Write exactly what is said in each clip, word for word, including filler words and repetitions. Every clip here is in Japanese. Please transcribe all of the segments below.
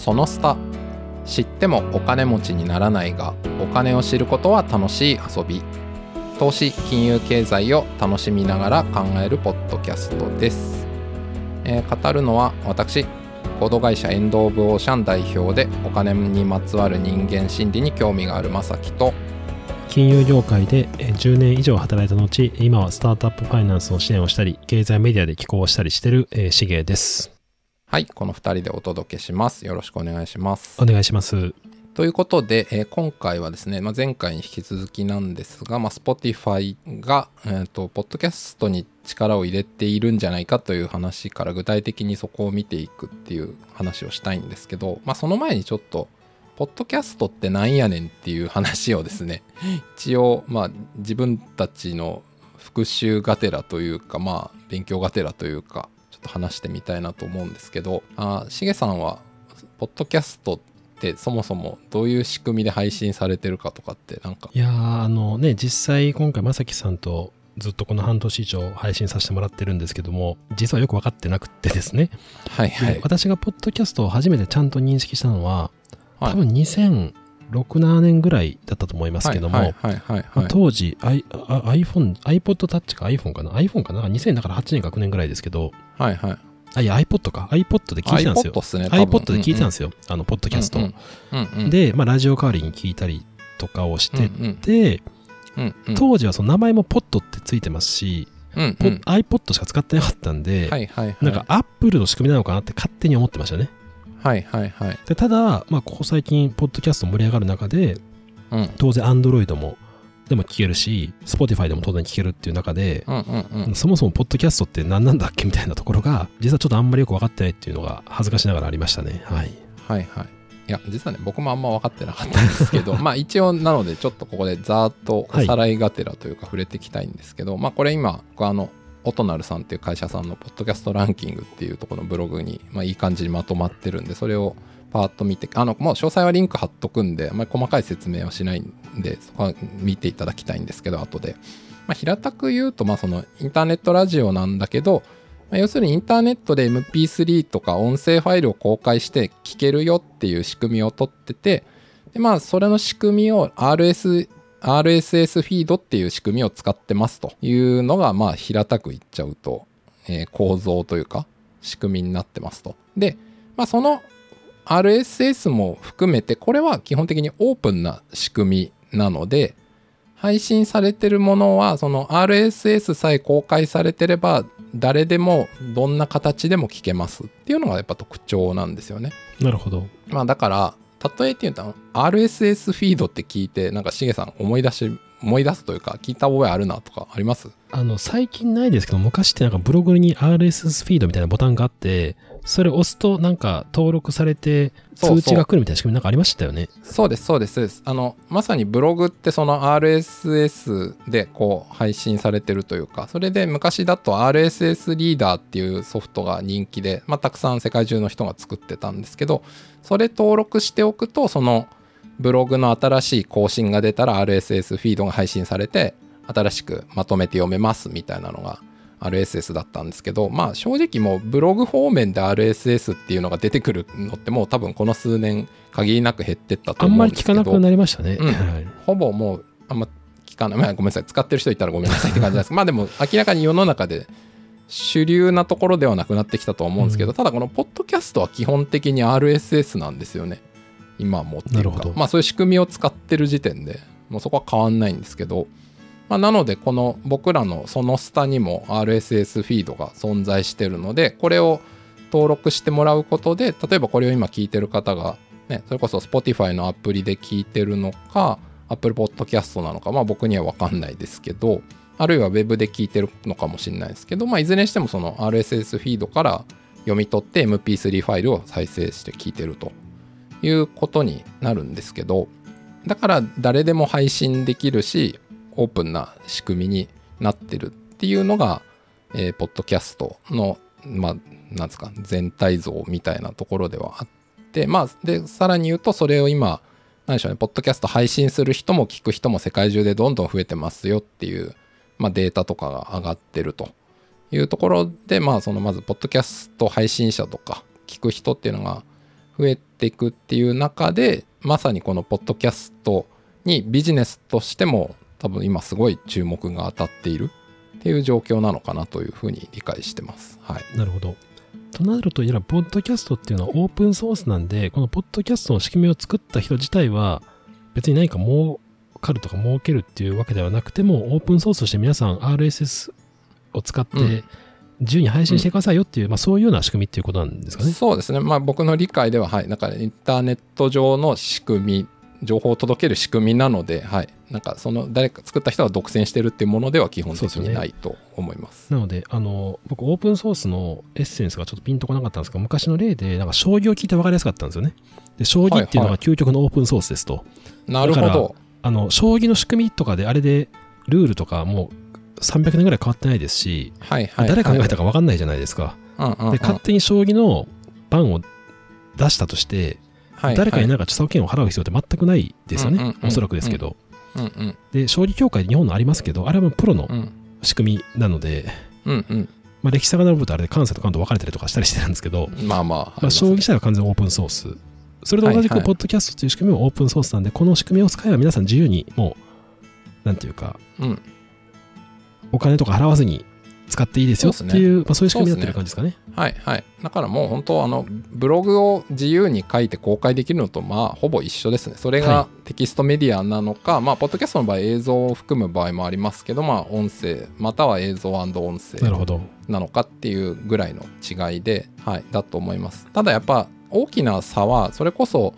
そのスタ、知ってもお金持ちにならないがお金を知ることは楽しい遊び。投資金融経済を楽しみながら考えるポッドキャストです。えー、語るのは私、コード会社エンド・オブ・オーシャン代表でお金にまつわる人間心理に興味があるまさきと、 金融業界でじゅうねん以上働いた後、今はスタートアップファイナンスの支援をしたり経済メディアで寄稿したりしている、えー、しげです。 はい、このふたりでお届けします。よろしくお願いします。 お願いします。 ということで、えー、今回はですね、まあ、前回に引き続きなんですが、まあ、Spotify が、えーと、ポッドキャストに力を入れているんじゃないかという話から具体的にそこを見ていくっていう話をしたいんですけど、まあ、その前にちょっとポッドキャストってなんやねんっていう話をですね一応まあ自分たちの復習がてらというか、まあ勉強がてらというかちょっと話してみたいなと思うんですけど、あ、しげさんはポッドキャストってそもそもどういう仕組みで配信されてるかとかってなんか。 いやーあのね実際今回まさきさんとずっとこの半年以上配信させてもらってるんですけども、実はよく分かってなくってですね、 はいはい、 私がポッドキャストを初めてちゃんと認識したのは多分にせんろく、ななねんぐらいだったと思いますけども、当時 I, iPhone、iPod Touch か iPhone かな iPhone かなにせんはちねんかきゅうねんぐらいですけど、 はいはい、 あいや iPod か iPod で聞いてたんですよ。 iPod っすね、 iPod で聞いてたんですよ、うんうん、あのポッドキャスト、うんうん、で、まあ、ラジオ代わりに聞いたりとかをしてて、うんうんうん、当時はその名前もポッドってついてますし、うんうん、iPod しか使ってなかったんで、はいはいはい、なんか Apple の仕組みなのかなって勝手に思ってましたね。 はいはいはい、 でただ、まあ、ここ最近ポッドキャスト盛り上がる中で、うん、当然 Android もでも聞けるし Spotify でも当然聞けるっていう中で、うんうんうん、そもそもポッドキャストって何なんだっけみたいなところが実はちょっとあんまりよく分かってないっていうのが恥ずかしながらありましたね。はいはいはい。いや実はね僕もあんま分かってなかったんですけどまあ一応なのでちょっとここでざーっとおさらいがてらというか触れていきたいんですけど、はい、まあこれ今あのオトナルさんっていう会社さんのポッドキャストランキングっていうところのブログに、まあ、いい感じにまとまってるんで、それをパーッと見て、あのもう詳細はリンク貼っとくんであんまり細かい説明はしないんでそこは見ていただきたいんですけど後で、まあ、平たく言うと、まあ、そのインターネットラジオなんだけど、まあ、要するにインターネットで エムピースリー とか音声ファイルを公開して聞けるよっていう仕組みを取ってて、でまあそれの仕組みを アールエスアールエスエス フィードっていう仕組みを使ってますというのが、まあ平たく言っちゃうと、えー、構造というか仕組みになってますと。で、まあその アールエスエス も含めてこれは基本的にオープンな仕組みなので、配信されてるものはその アールエスエス さえ公開されてれば誰でもどんな形でも聞けますっていうのがやっぱ特徴なんですよね。 なるほど。 まあだから例えて言うと アールエスエス フィードって聞いてなんかしげさん思い出し思い出すというか聞いた覚えあるなとかあります？ あの最近ないですけど昔ってなんかブログに アールエスエス フィードみたいなボタンがあってそれを押すとなんか登録されて通知が来るみたいな仕組みなんかありましたよね。 そうですそうですそうです。あのまさにブログってその アールエスエス でこう配信されてるというか、それで昔だと アールエスエス リーダーっていうソフトが人気で、まあ、たくさん世界中の人が作ってたんですけど、それ登録しておくとそのブログの新しい更新が出たら アールエスエス フィードが配信されて新しくまとめて読めますみたいなのが アールエスエス だったんですけど、まあ正直もうブログ方面で アールエスエス っていうのが出てくるのってもう多分この数年限りなく減ってったと思うんですけど、 あんまり聞かなくなりましたね、 うん、ほぼもうあんま聞かない、まあ、ごめんなさい使ってる人いたらごめんなさいって感じなんですまあでも明らかに世の中で主流なところではなくなってきたと思うんですけど、うん、ただこのポッドキャストは基本的に アールエスエス なんですよね今もっていうか、まあそういう仕組みを使ってる時点でもうそこは変わんないんですけど、まあ、なのでこの僕らのその下にも アールエスエス フィードが存在してるので、これを登録してもらうことで例えばこれを今聞いてる方が、ね、それこそ Spotify のアプリで聞いてるのか Apple Podcast なのか、まあ僕には分かんないですけど、あるいは Web で聞いてるのかもしれないですけど、まあいずれにしてもその アールエスエス フィードから読み取って エムピースリー ファイルを再生して聞いてるということになるんですけど、だから誰でも配信できるしオープンな仕組みになってるっていうのが、えー、ポッドキャストのまあなんですか全体像みたいなところではあって、まあでさらに言うとそれを今何でしょうね、ポッドキャスト配信する人も聞く人も世界中でどんどん増えてますよっていう、まあ、データとかが上がってるというところで、まあそのまずポッドキャスト配信者とか聞く人っていうのが増えていくっていう中で、まさにこのポッドキャストにビジネスとしても多分今すごい注目が当たっているっていう状況なのかなというふうに理解してます。はい、 なるほど。となると、いや、ポッドキャストっていうのはオープンソースなんで、このポッドキャストの仕組みを作った人自体は別に何か儲かるとか儲けるっていうわけではなくても、オープンソースとして皆さん アールエスエス を使って自由に配信してくださいよっていう、うん、まあ、そういうような仕組みっていうことなんですかね。 そうですね。まあ僕の理解では、はい、なんかインターネット上の仕組み、情報を届ける仕組みなので、はい、なんかその誰か作った人が独占してるっていうものでは基本的にないと思います。 なので、あの僕オープンソースのエッセンスがちょっとピンとこなかったんですけど、昔の例でなんか将棋を聞いて分かりやすかったんですよね。で、将棋っていうのが究極のオープンソースですと。はいはい、なるほど。だからあの将棋の仕組みとかであれでルールとかもうさんびゃくねんぐらい変わってないですし、はいはいはい、誰考えたか分かんないじゃないですか。うんうんうん、で、勝手に将棋の盤を出したとして、はいはい、誰かになんか著作権を払う必要って全くないですよね、うんうんうん、おそらくですけど、うんうん、で将棋協会で日本のありますけど、あれはもうプロの仕組みなので、うんうん、まあ、歴史遡るとあれで関西と関東分かれたりとかしたりしてるんですけど、まあまあ、まあ、将棋自体は完全にオープンソース、それと同じくポッドキャストという仕組みもオープンソースなんで、はいはい、この仕組みを使えば皆さん自由にもうなんていうか、うん、お金とか払わずに使っていいですよっていう、そう、ね、まあ、そういう仕組みになってる感じですかね。 はいはい。だからもう本当あのブログを自由に書いて公開できるのとまあほぼ一緒ですね。それがテキストメディアなのか、はい、まあポッドキャストの場合映像を含む場合もありますけど、まあ音声または映像&音声なのかっていうぐらいの違いで、はい、だと思います。ただやっぱ大きな差はそれこそ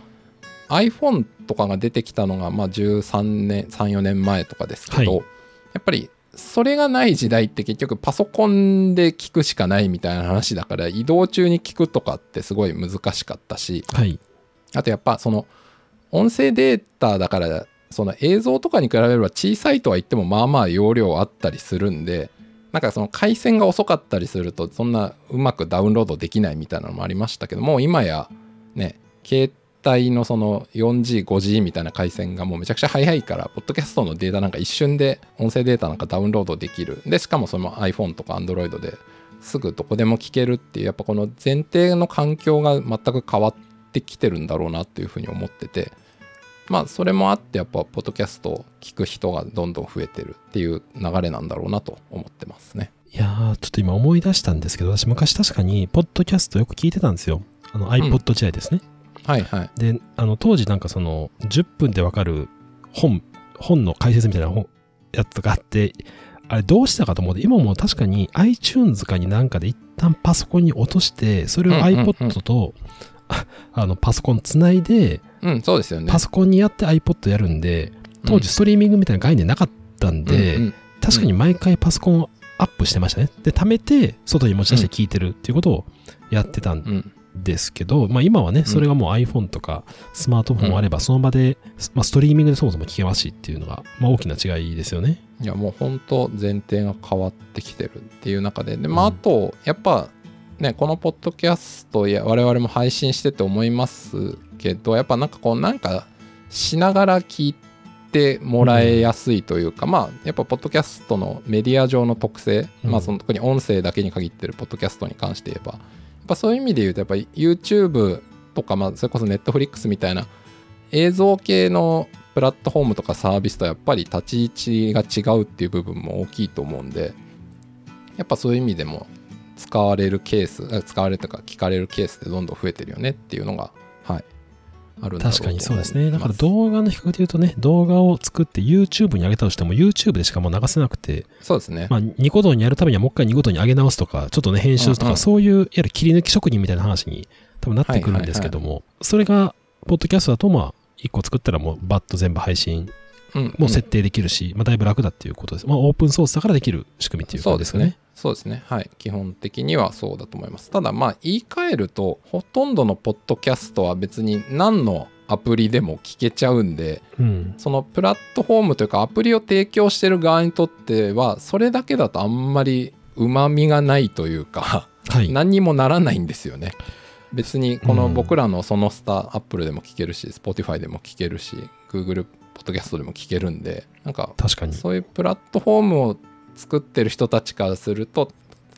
iPhone とかが出てきたのがまあじゅうさんねんさんよねんまえとかですけど、はい、やっぱりそれがない時代って結局パソコンで聞くしかないみたいな話だから、移動中に聞くとかってすごい難しかったし、はい、あとやっぱその音声データだからその映像とかに比べれば小さいとは言ってもまあまあ容量あったりするんで、なんかその回線が遅かったりするとそんなうまくダウンロードできないみたいなのもありましたけども、今やね携帯のその よんジー、ごジー みたいな回線がもうめちゃくちゃ速いから、ポッドキャストのデータなんか一瞬で音声データなんかダウンロードできる。でしかもその iPhone とか Android ですぐどこでも聞けるっていう、やっぱこの前提の環境が全く変わってきてるんだろうなっていうふうに思ってて、まあそれもあってやっぱポッドキャストを聞く人がどんどん増えてるっていう流れなんだろうなと思ってますね。 いやー、ちょっと今思い出したんですけど、私昔確かにポッドキャストよく聞いてたんですよ。あの iPod 時代ですね。うん、はいはい。で、あの当時なんかそのじゅっぷんでわかる本、本の解説みたいな本やつがあって、あれどうしたかと思うと、今も確かに iTunes かになんかで一旦パソコンに落として、それを iPod と、うんうんうん、あのパソコンつないで、うん、そうですよね。パソコンにやって iPod やるんで、当時ストリーミングみたいな概念なかったんで、うんうん、確かに毎回パソコンをアップしてましたね。で、貯めて外に持ち出して聞いてるっていうことをやってたんですけど、うん、まあ今はね、それがもう iPhone とかスマートフォンあればその場で、まあ、ストリーミングでそもそも聞けますしっていうのが、まあ大きな違いですよね。 いやもう本当前提が変わってきてるっていう中で、で、まああと、やっぱね、このポッドキャストや我々も配信してて思いますけど、やっぱなんかこうなんかしながら聞いてもらえやすいというか、うん、まあやっぱポッドキャストのメディア上の特性、うん、まあその特に音声だけに限ってるポッドキャストに関して言えば、やっぱそういう意味で言うとやっぱ YouTube とか、まあそれこそ Netflix みたいな映像系のプラットフォームとかサービスとやっぱり立ち位置が違うっていう部分も大きいと思うんで、やっぱそういう意味でも使われるケース、使われるとか聞かれるケースでどんどん増えてるよねっていうのが、はい、あるんだろうと思います。 確かにそうですね。だから動画の比較で言うとね、動画を作って YouTube に上げたとしても YouTube でしかもう流せなくて、 そうですね。 まあニコ動にやるためにはもう一回ニコ動に上げ直すとか、ちょっとね編集とか、うんうん、そういういわゆる切り抜き職人みたいな話に多分なってくるんですけども、はいはいはい、それがポッドキャストだとまあいっこ作ったらもうバッと全部配信も設定できるし、うんうん、まあ、だいぶ楽だっていうことです。まあ、オープンソースだからできる仕組みっていうことですかね。 そうですね。はい。基本的にはそうだと思います。ただ、まあ、言い換えると、ほとんどのポッドキャストは別に何のアプリでも聞けちゃうんで、うん、そのプラットフォームというかアプリを提供してる側にとっては、それだけだとあんまり旨味がないというか、はい、何にもならないんですよね。別にこの僕らのそのスター、アップルでも聞けるし、Spotify でも聞けるし、Google ポッドキャストでも聞けるんで、なんかそういうプラットフォームを作ってる人たちからすると、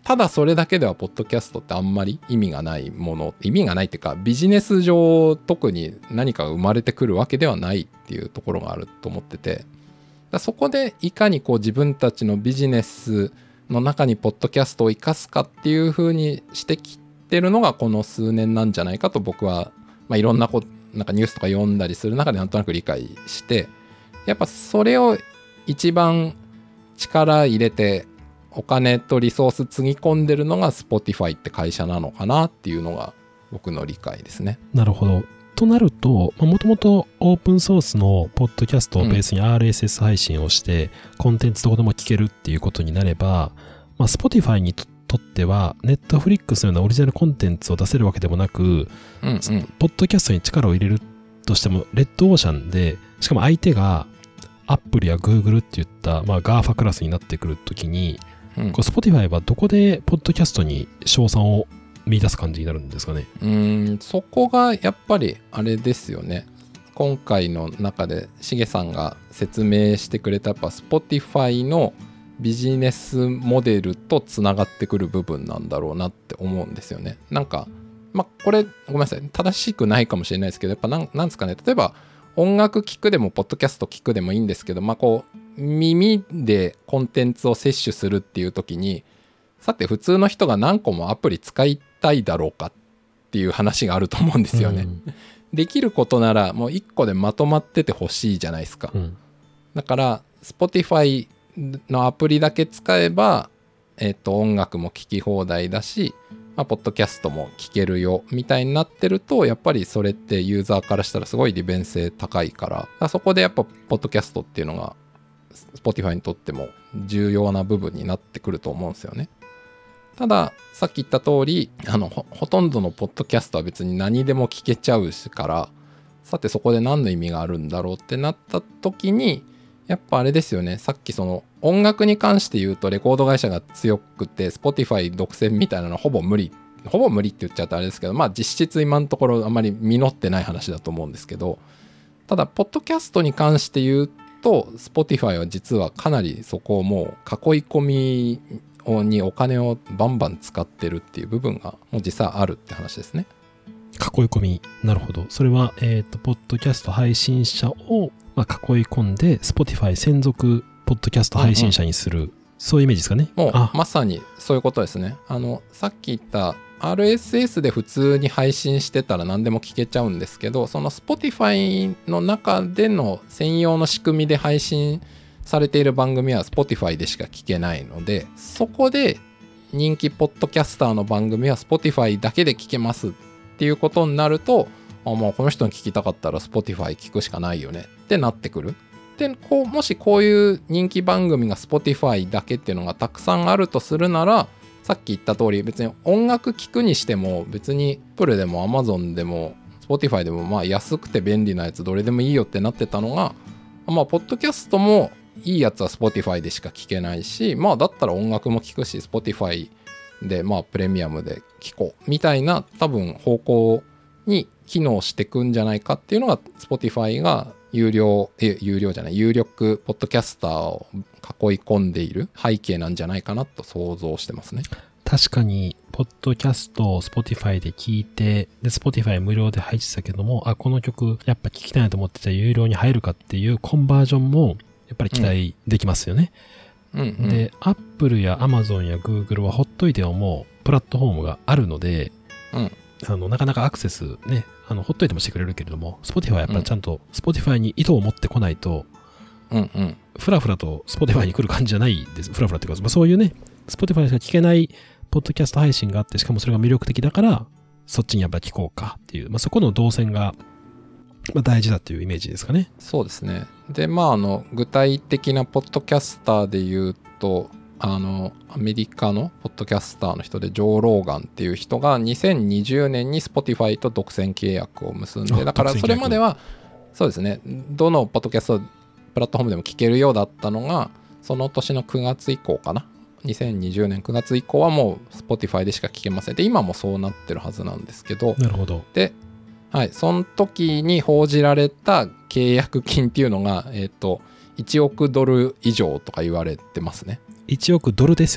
ただそれだけではポッドキャストってあんまり意味がないもの、意味がないっていうかビジネス上特に何かが生まれてくるわけではないっていうところがあると思ってて、だそこでいかにこう自分たちのビジネスの中にポッドキャストを生かすかっていう風にしてきてるのがこの数年なんじゃないかと僕は、まあ、いろんなこなんかニュースとか読んだりする中でなんとなく理解して、やっぱそれを一番力入れてお金とリソースつぎ込んでるのが Spotify って会社なのかなっていうのが僕の理解ですね。なるほど。となると、もともとオープンソースのポッドキャストをベースに アールエスエス 配信をして、うん、コンテンツどこでも聞けるっていうことになれば、まあ、Spotify にとっては Netflix のようなオリジナルコンテンツを出せるわけでもなく、うんうん、ポッドキャストに力を入れるとしてもレッドオーシャンで、しかも相手が Apple や Google っていった、まあ、ガーファ クラスになってくるときに、うん、こう Spotify はどこでポッドキャストに賞賛を見出す感じになるんですかね。 うーん、そこがやっぱりあれですよね。今回の中でしげさんが説明してくれたやっぱ Spotify のビジネスモデルとつながってくる部分なんだろうなって思うんですよね。なんかまあこれごめんなさい、正しくないかもしれないですけど、やっぱなんなんですかね、例えば音楽聴くでもポッドキャスト聴くでもいいんですけど、まあこう耳でコンテンツを摂取するっていう時に、さて普通の人が何個もアプリ使いたいだろうかっていう話があると思うんですよね、うん、できることならもういっこでまとまっててほしいじゃないですか、うん、だから Spotify のアプリだけ使えば、えーと、音楽も聴き放題だし、まあ、ポッドキャストも聴けるよみたいになってると、やっぱりそれってユーザーからしたらすごい利便性高いから、だからそこでやっぱポッドキャストっていうのがSpotify にとっても重要な部分になってくると思うんですよね。たださっき言った通り、あの ほ, ほとんどのポッドキャストは別に何でも聞けちゃうしから、さてそこで何の意味があるんだろうってなった時に、やっぱあれですよね、さっきその音楽に関して言うとレコード会社が強くて Spotify 独占みたいなのはほぼ無理ほぼ無理って言っちゃうとあれですけど、まあ実質今のところあんまり実ってない話だと思うんですけど、ただポッドキャストに関して言うと Spotify は実はかなりそこをもう囲い込みにお金をバンバン使ってるっていう部分がもう実際あるって話ですね。 囲い込み、なるほど。それはえっとポッドキャスト配信者をまあ囲い込んで Spotify 専属ポッドキャスト配信者にする、うんうん、そういうイメージですかね。 もうまさにそういうことですね。あのさっき言った アールエスエス で普通に配信してたら何でも聞けちゃうんですけど、その Spotify の中での専用の仕組みで配信されている番組は Spotify でしか聞けないので、そこで人気ポッドキャスターの番組は Spotify だけで聞けますっていうことになると、あ、もうこの人に聞きたかったら Spotify 聞くしかないよねってなってくる。で、こうもしこういう人気番組が Spotify だけっていうのがたくさんあるとするなら、さっき言った通り別に音楽聴くにしても別に Apple でも Amazon でも Spotify でもまあ安くて便利なやつどれでもいいよってなってたのが、まあポッドキャストもいいやつは Spotify でしか聞けないし、まあだったら音楽も聴くし Spotify でまあプレミアムで聴こうみたいな多分方向に機能してくんじゃないかっていうのが Spotify が有料え有料じゃない有力ポッドキャスターを囲い込んでいる背景なんじゃないかなと想像してますね。 確かにポッドキャストを Spotify で聞いて、で Spotify 無料で入ってたけども、あこの曲やっぱ聞きたいなと思ってたら有料に入るかっていうコンバージョンもやっぱり期待できますよね。うんうんうん、で Apple や Amazon や Google はほっといてももうプラットフォームがあるので、うん、あのなかなかアクセスね、あのほっといてもしてくれるけれども、Spotify はやっぱりちゃんと Spotify に意図を持ってこないと、うんうん、フラフラと Spotify に来る感じじゃないです。フラフラっていうか、まあ、そういうね Spotify しか聞けないポッドキャスト配信があって、しかもそれが魅力的だからそっちにやっぱり聞こうかっていう、まあ、そこの動線がまあ大事だっていうイメージですかね。 そうですね。でまああの具体的なポッドキャスターで言うと、あのアメリカのポッドキャスターの人でジョー・ローガンっていう人がにせんにじゅうねんに Spotify と独占契約を結んで、だからそれまではそうですね、どのポッドキャストプラットフォームでも聞けるようだったのが、その年のくがつ以降かな、にせんにじゅうねんくがつ以降はもう Spotify でしか聞けません。で今もそうなってるはずなんですけど、 なるほど。 ではい、その時に報じられた契約金っていうのが、えっと、いちおくドル以上とか言われてますね。 いちおくドルですよね。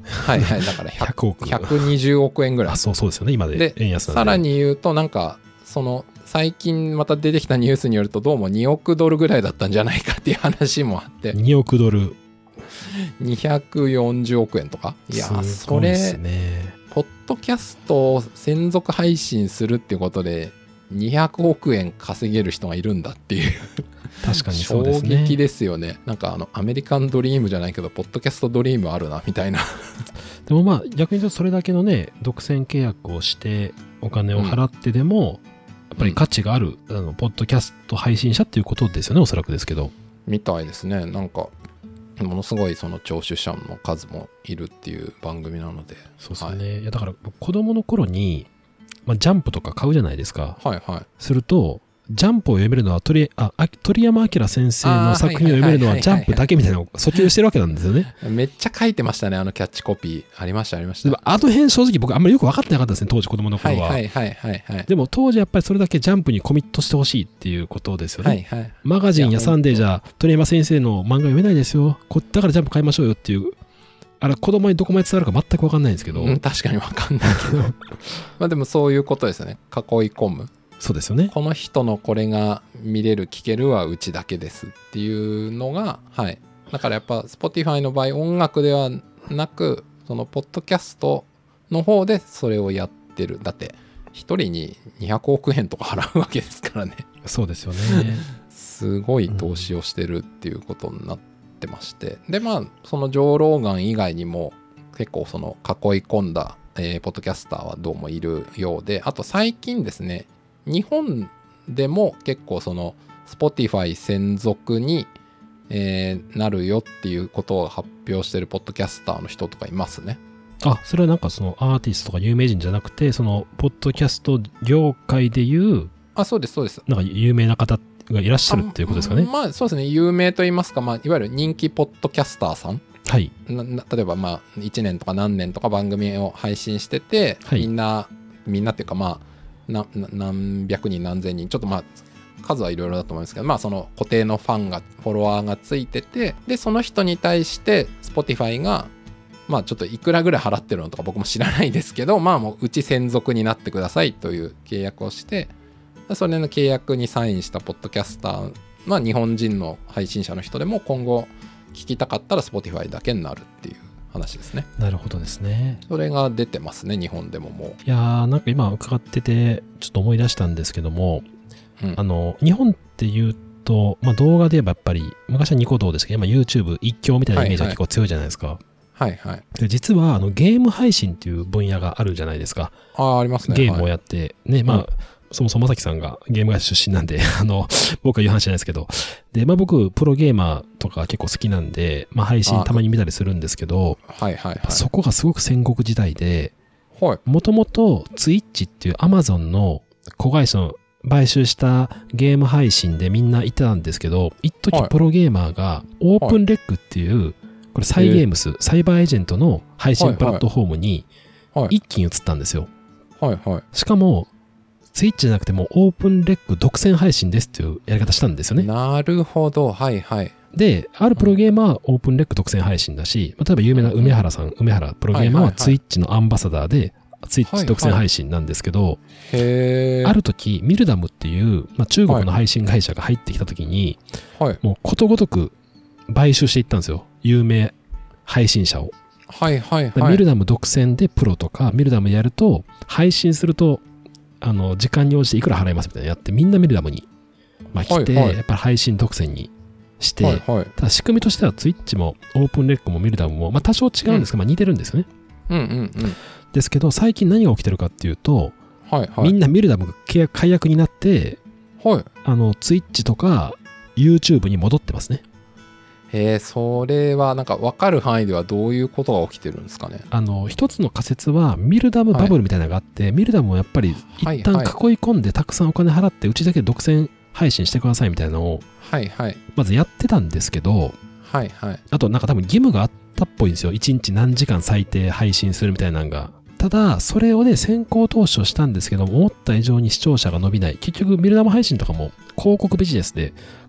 はいはい、だからひゃくひゃくおくひゃくにじゅうおくえんぐらい。 あ、そうそうですよね、今で円安なんで。 さらに言うと、なんかその最近また出てきたニュースによると、どうもにおくドルぐらいだったんじゃないかっていう話もあって、 におくドル、 にひゃくよんじゅうおくえんとか。いやー、それポッドキャストを専属配信するっていうことでにひゃくおくえん稼げる人がいるんだっていう、 確かにそうですね。 衝撃ですよね。なんかあのアメリカンドリームじゃないけど、ポッドキャストドリームあるなみたいな。 でもまあ逆に言うと、それだけのね、独占契約をしてお金を払ってでも、うん、やっぱり価値がある、うん、あのポッドキャスト配信者っていうことですよね、おそらくですけど。 みたいですね。なんかものすごいその聴取者の数もいるっていう番組なので。 そうですね、はい、いやだから子供の頃に、まあ、ジャンプとか買うじゃないですか。 はいはい。 するとジャンプを読めるのは鳥あ鳥山明先生の作品を読めるのはジャンプだけみたいなのを訴求してるわけなんですよね。 めっちゃ書いてましたね、あのキャッチコピー。ありましたありました。 でもあの辺正直僕あんまりよく分かってなかったですね、当時子供の頃は。 はいはいはいはい、はい、 でも当時やっぱりそれだけジャンプにコミットしてほしいっていうことですよね。 はいはい、 マガジンやサンデーじゃ鳥山先生の漫画読めないですよ、だからジャンプ買いましょうよっていう、あれ子供にどこまで伝わるか全く分かんないんですけど、 うん、確かに分かんないけどまあでもそういうことですよね。囲い込む。 そうですよね。 この人のこれが見れる聞けるはうちだけですっていうのが、はい。だからやっぱ Spotify の場合音楽ではなく、そのポッドキャストの方でそれをやってる。だって一人ににひゃくおくえんとか払うわけですからね。 そうですよね。 すごい投資をしてるっていうことになってまして、うん、でまあそのジョー・ローガン以外にも結構その囲い込んだ、えー、ポッドキャスターはどうもいるようで、あと最近ですね、日本でも結構その Spotify 専属に、えー、なるよっていうことを発表してるポッドキャスターの人とかいますね。 あ、それはなんかそのアーティストとか有名人じゃなくて、そのポッドキャスト業界でいう、 あ、そうですそうです。 なんか有名な方がいらっしゃるっていうことですかね。 まあそうですね、有名と言いますか、まあ、いわゆる人気ポッドキャスターさん。 はい。 なな例えばまあいちねんとか何年とか番組を配信してて、はい、みんなみんなっていうかまあなな何百人何千人、ちょっとまあ数はいろいろだと思うんですけど、まあその固定のファンがフォロワーがついてて、でその人に対して Spotify がまあちょっといくらぐらい払ってるのとか僕も知らないですけど、まあもううち専属になってくださいという契約をして、それの契約にサインしたポッドキャスター、まあ日本人の配信者の人でも今後聞きたかったら Spotify だけになるっていう話ですね。 なるほどですね。 それが出てますね、日本でももう。 いやー、なんか今伺っててちょっと思い出したんですけども、うん、あの日本っていうと、まあ、動画で言えばやっぱり昔はニコ動ですけど、今 YouTube 一強みたいなイメージが結構強いじゃないですか。 はいはい。 で実はあのゲーム配信っていう分野があるじゃないですか。 ああ、ありますね。 ゲームをやってね、はい、まあ、うん、そもそもまさきさんがゲーム会社出身なんであの僕は言う話じゃないですけど、で、まあ、僕プロゲーマーとか結構好きなんで、まあ、配信たまに見たりするんですけど、 はいはいはい、 そこがすごく戦国時代で、もともと Twitch っていう Amazon の子会社の買収したゲーム配信でみんな言ってたんですけど、一時プロゲーマーがオープンレックっていう、はい、これサイゲームス、サイバーエージェントの配信プラットフォームに一気に移ったんですよ。 はいはい、 しかもツイッチじゃなくてもオープンレック独占配信ですっていうやり方したんですよね。 なるほど、はいはい。 で、あるプロゲーマーはオープンレック独占配信だし、例えば有名な梅原さん、梅原プロゲーマーはツイッチのアンバサダーで、ツイッチ独占配信なんですけど、はいはい、 へー。 ある時ミルダムっていう、まあ、中国の配信会社が入ってきた時に、はい、もうことごとく買収していったんですよ、有名配信者を。 はいはいはい。 ミルダム独占でプロとかミルダムやると配信するとあの時間に応じていくら払いますみたいなやって、みんなミルダムに、まあ、来て、はいはい、やっぱり配信独占にして、はいはい、ただ仕組みとしてはツイッチもオープンレックもミルダムも、まあ、多少違うんですけど、うん、まあ、似てるんですよね。 うんうんうん。 ですけど最近何が起きてるかっていうと、 はいはい、 みんなミルダムが契約解約になって、 はい、 あのツイッチとか YouTube に戻ってますね。 へえ、それはなんか分かる範囲ではどういうことが起きてるんですかね。 あの一つの仮説はミルダムバブルみたいなのがあって、はい、ミルダムもやっぱり一旦囲い込んでたくさんお金払ってうちだけ独占配信してくださいみたいなのをまずやってたんですけど、 はいはい、 あとなんか多分義務があったっぽいんですよ。いちにち何時間最低配信するみたいなのが。ただそれをね先行投資をしたんですけど、思った以上に視聴者が伸びない。結局ミルダム配信とかも広告ビジネスで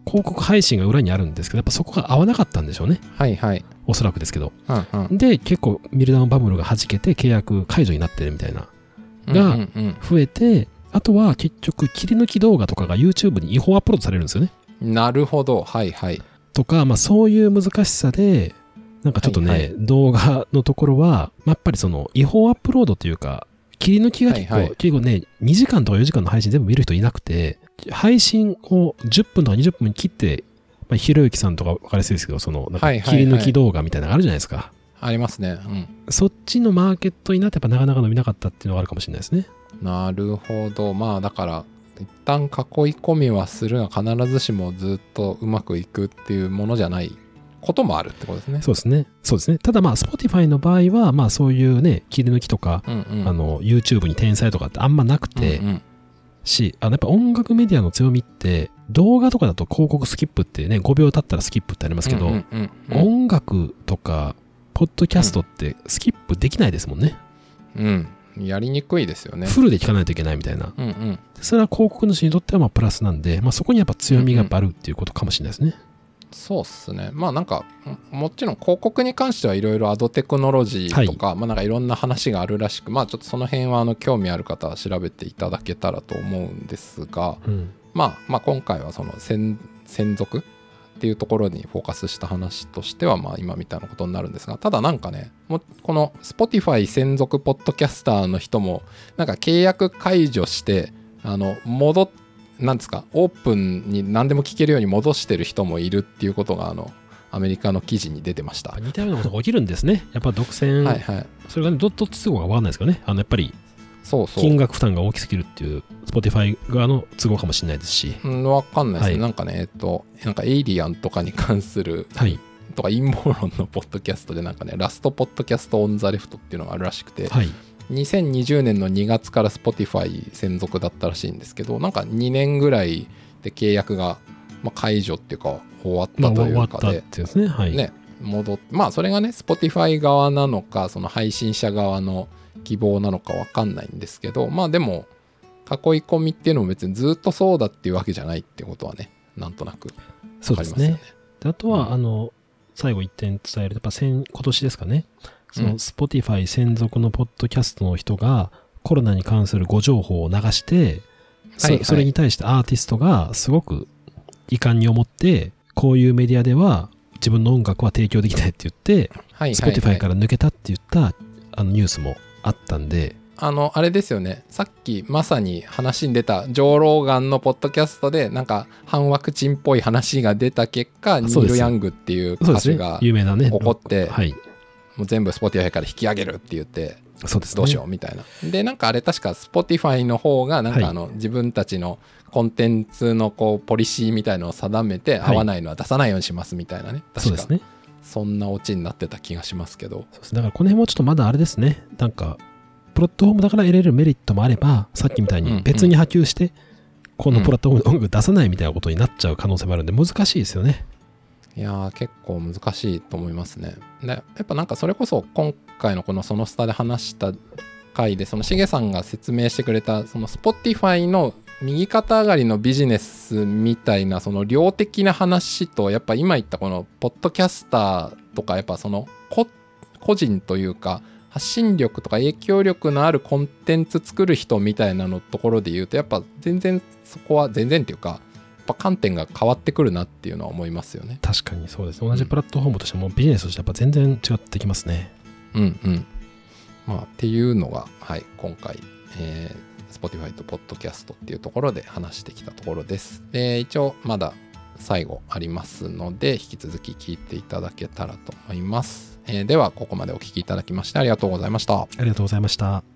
広告配信が裏にあるんですけど、やっぱそこが合わなかったんでしょうね。 はいはい。 おそらくですけど。 うんうん、 で、結構ミルダウンバブルが弾けて契約解除になってるみたいな。が増えて、うんうんうん、あとは結局切り抜き動画とかが YouTube に違法アップロードされるんですよね。 なるほど。はいはい。 とか、まあそういう難しさで、なんかちょっとね、はいはい、動画のところは、やっぱりその違法アップロードというか、切り抜きが結構、はいはい、結構ね、にじかんとかよじかんの配信全部見る人いなくて、配信をじゅっぷんとかにじゅっぷんに切って、まあ、ひろゆきさんとか分かりやすいですけど、そのなんか切り抜き動画みたいなのがあるじゃないですか。はいはいはい、ありますね、うん。 そっちのマーケットになってやっぱなかなか伸びなかったっていうのがあるかもしれないですね。 なるほど。まあだから、一旦囲い込みはするが必ずしもずっとうまくいくっていうものじゃないこともあるってことですね。 そうですね。そうですね。ただまあ Spotify の場合はまあそういうね切り抜きとか、うんうん、あの YouTube に転載とかってあんまなくて、うんうん、し、あのやっぱ音楽メディアの強みって動画とかだと広告スキップってねごびょう経ったらスキップってありますけど、うんうんうんうん、音楽とかポッドキャストってスキップできないですもんね。 うん。やりにくいですよね。 フルで聞かないといけないみたいな。うんうん、それは広告主にとってはまあプラスなんで、まあ、そこにやっぱ強みがあるっていうことかもしれないですね。 うんうん、そうっすね。まあなんかもちろん広告に関してはいろいろアドテクノロジーとか、はい、まあなんかいろんな話があるらしく、まあちょっとその辺はあの興味ある方は調べていただけたらと思うんですが、うん、まあまあ今回はその専属っていうところにフォーカスした話としてはまあ今みたいなことになるんですが、ただなんかね、もこの Spotify 専属ポッドキャスターの人もなんか契約解除してあの戻ってなんですかオープンに何でも聞けるように戻してる人もいるっていうことがあのアメリカの記事に出てました。 似たようなことが起きるんですね。やっぱ独占はい、はい、それがねどっと都合が分かんないですけどね。あのやっぱりそうそう金額負担が大きすぎるっていう Spotify 側の都合かもしれないですし、 うん、分かんないですね、はい、なんかねえっとなんかエイリアンとかに関する、はい、とか陰謀論のポッドキャストでなんかねラストポッドキャストオンザレフトっていうのがあるらしくて、はい、にせんにじゅうねんのにがつから Spotify 専属だったらしいんですけど、なんかにねんぐらいで契約が、まあ、解除っていうか終わったというかで、まあ、終わったってですね、はい、ね戻っまあそれがね Spotify 側なのかその配信者側の希望なのか分かんないんですけど、まあでも囲い込みっていうのも別にずっとそうだっていうわけじゃないっていうことはねなんとなく分かりますよね。そうですね。 であとは、うん、あの最後一点伝えるとやっぱ先今年ですかね、その Spotify 専属のポッドキャストの人がコロナに関する誤情報を流して、はいはい、そ, それに対してアーティストがすごく遺憾に思ってこういうメディアでは自分の音楽は提供できないって言って、はいはいはい、Spotify から抜けたって言ったあのニュースもあったんで、 あのあれですよね、さっきまさに話に出たジョー・ローガンのポッドキャストでなんか反ワクチンっぽい話が出た結果、ニール・ヤングっていう歌手が有名なね怒って、 はい、 もう全部 Spotify から引き上げるって言って、 そうですね、 どうしようみたいな。でなんかあれ確か Spotify の方がなんかあの、はい、自分たちのコンテンツのこうポリシーみたいのを定めて、はい、合わないのは出さないようにしますみたいなね、確かそうですね、そんなオチになってた気がしますけど、 そうです。だからこの辺もちょっとまだあれですね、なんかプラットフォームだから得られるメリットもあれば、さっきみたいに別に波及して、うんうん、このプラットフォームで音楽出さないみたいなことになっちゃう可能性もあるんで難しいですよね。 いやー結構難しいと思いますね。でやっぱなんかそれこそ今回のこのそのスタで話した回でそのしげさんが説明してくれたその Spotify の右肩上がりのビジネスみたいなその量的な話と、やっぱ今言ったこのポッドキャスターとかやっぱその個人というか発信力とか影響力のあるコンテンツ作る人みたいなのところで言うとやっぱ全然そこは全然っていうかやっぱ観点が変わってくるなっていうのは思いますよね。 確かにそうです。同じプラットフォームとしてもビジネスとしてやっぱ全然違ってきますね。 うんうん。まあっていうのがはい今回、えー、Spotify と Podcast っていうところで話してきたところです。で一応まだ最後ありますので引き続き聞いていただけたらと思います。えー、ではここまでお聞きいただきましてありがとうございました。 ありがとうございました。